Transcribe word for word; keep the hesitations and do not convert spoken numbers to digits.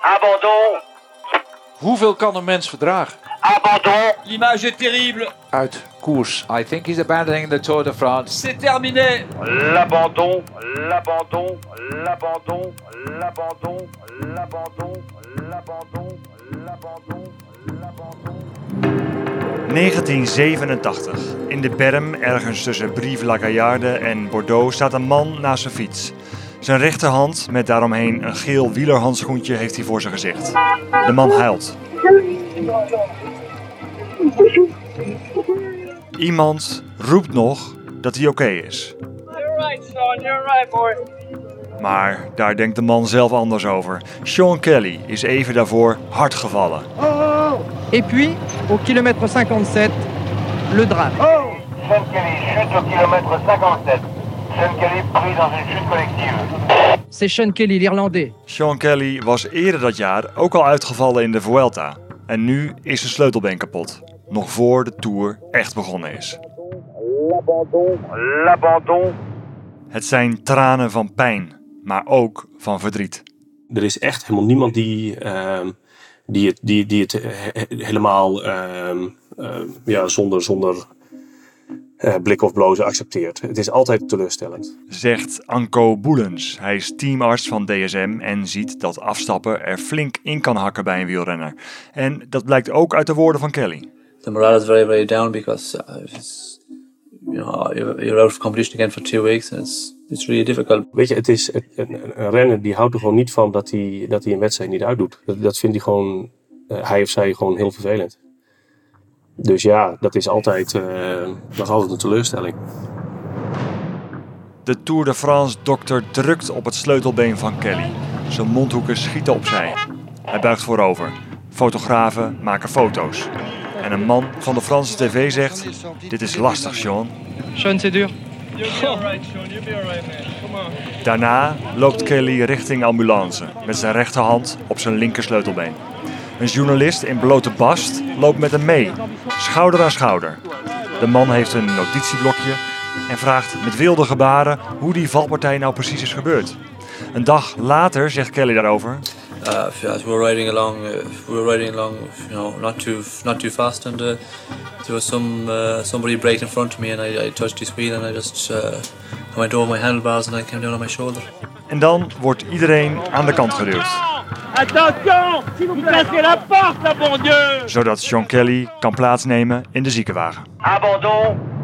Abandon. Hoeveel kan een mens verdragen? Abandon. L'image est terrible. Uit koers. I think he's abandoning the Tour de France. C'est terminé. L'abandon. L'abandon. L'abandon. L'abandon. L'abandon. L'abandon. L'abandon. L'abandon. negentien zevenentachtig. In de berm, ergens tussen Brive-la-Gaillarde en Bordeaux, staat een man naast zijn fiets. Zijn rechterhand, met daaromheen een geel wielerhandschoentje, heeft hij voor zijn gezicht. De man huilt. Iemand roept nog dat hij oké is. You're right, Sean. You're right, boy. Maar daar denkt de man zelf anders over. Sean Kelly is even daarvoor hard gevallen. Et puis, au kilomètre cinquante-sept, le drame. Oh! Sean Kelly chute au kilomètre cinquante-sept. Sean Kelly pris dans une chute collective. C'est Sean Kelly, l'Irlandais. Sean Kelly was eerder dat jaar ook al uitgevallen in de Vuelta. En nu is zijn sleutelbeen kapot. Nog voor de Tour echt begonnen is. L'abandon. L'abandon. Het zijn tranen van pijn, maar ook van verdriet. Er is echt helemaal niemand die, uh, die het, die, die het he- helemaal uh, uh, ja, zonder, zonder uh, blik of blozen accepteert. Het is altijd teleurstellend. Zegt Anko Boelens. Hij is teamarts van D S M en ziet dat afstappen er flink in kan hakken bij een wielrenner. En dat blijkt ook uit de woorden van Kelly. The morale is very, very down because uh, it's, you know, you're, you're out of competition again for two weeks and it's, it's really difficult. Weet je, het is een, een, een renner die houdt er gewoon niet van dat hij, dat hij een wedstrijd niet uitdoet. Dat, dat vindt hij gewoon, uh, hij of zij gewoon heel vervelend. Dus ja, dat is altijd, uh, dat is altijd een teleurstelling. De Tour de France dokter drukt op het sleutelbeen van Kelly. Zijn mondhoeken schieten opzij. Hij buigt voorover. Fotografen maken foto's. En een man van de Franse tv zegt: dit is lastig, Sean. Sean, c'est dur. You'll be alright, Sean. You'll be alright, man. Come on. Daarna loopt Kelly richting ambulance met zijn rechterhand op zijn linker sleutelbeen. Een journalist in blote bast loopt met hem mee, schouder aan schouder. De man heeft een notitieblokje en vraagt met wilde gebaren hoe die valpartij nou precies is gebeurd. Een dag later zegt Kelly daarover: Uh, yeah, we were riding along. Uh, we were riding along, you know, not too not too fast, and uh, there was some uh, somebody braked in front of me, and I, I touched his wheel, and I just uh, I went over my handlebars, and I came down on my shoulder. En dan wordt iedereen aan de kant geduwd. Attention! Vous cassez la porte, là, bon Dieu! Zodat Sean Kelly kan plaatsnemen in de ziekenwagen. Abandon.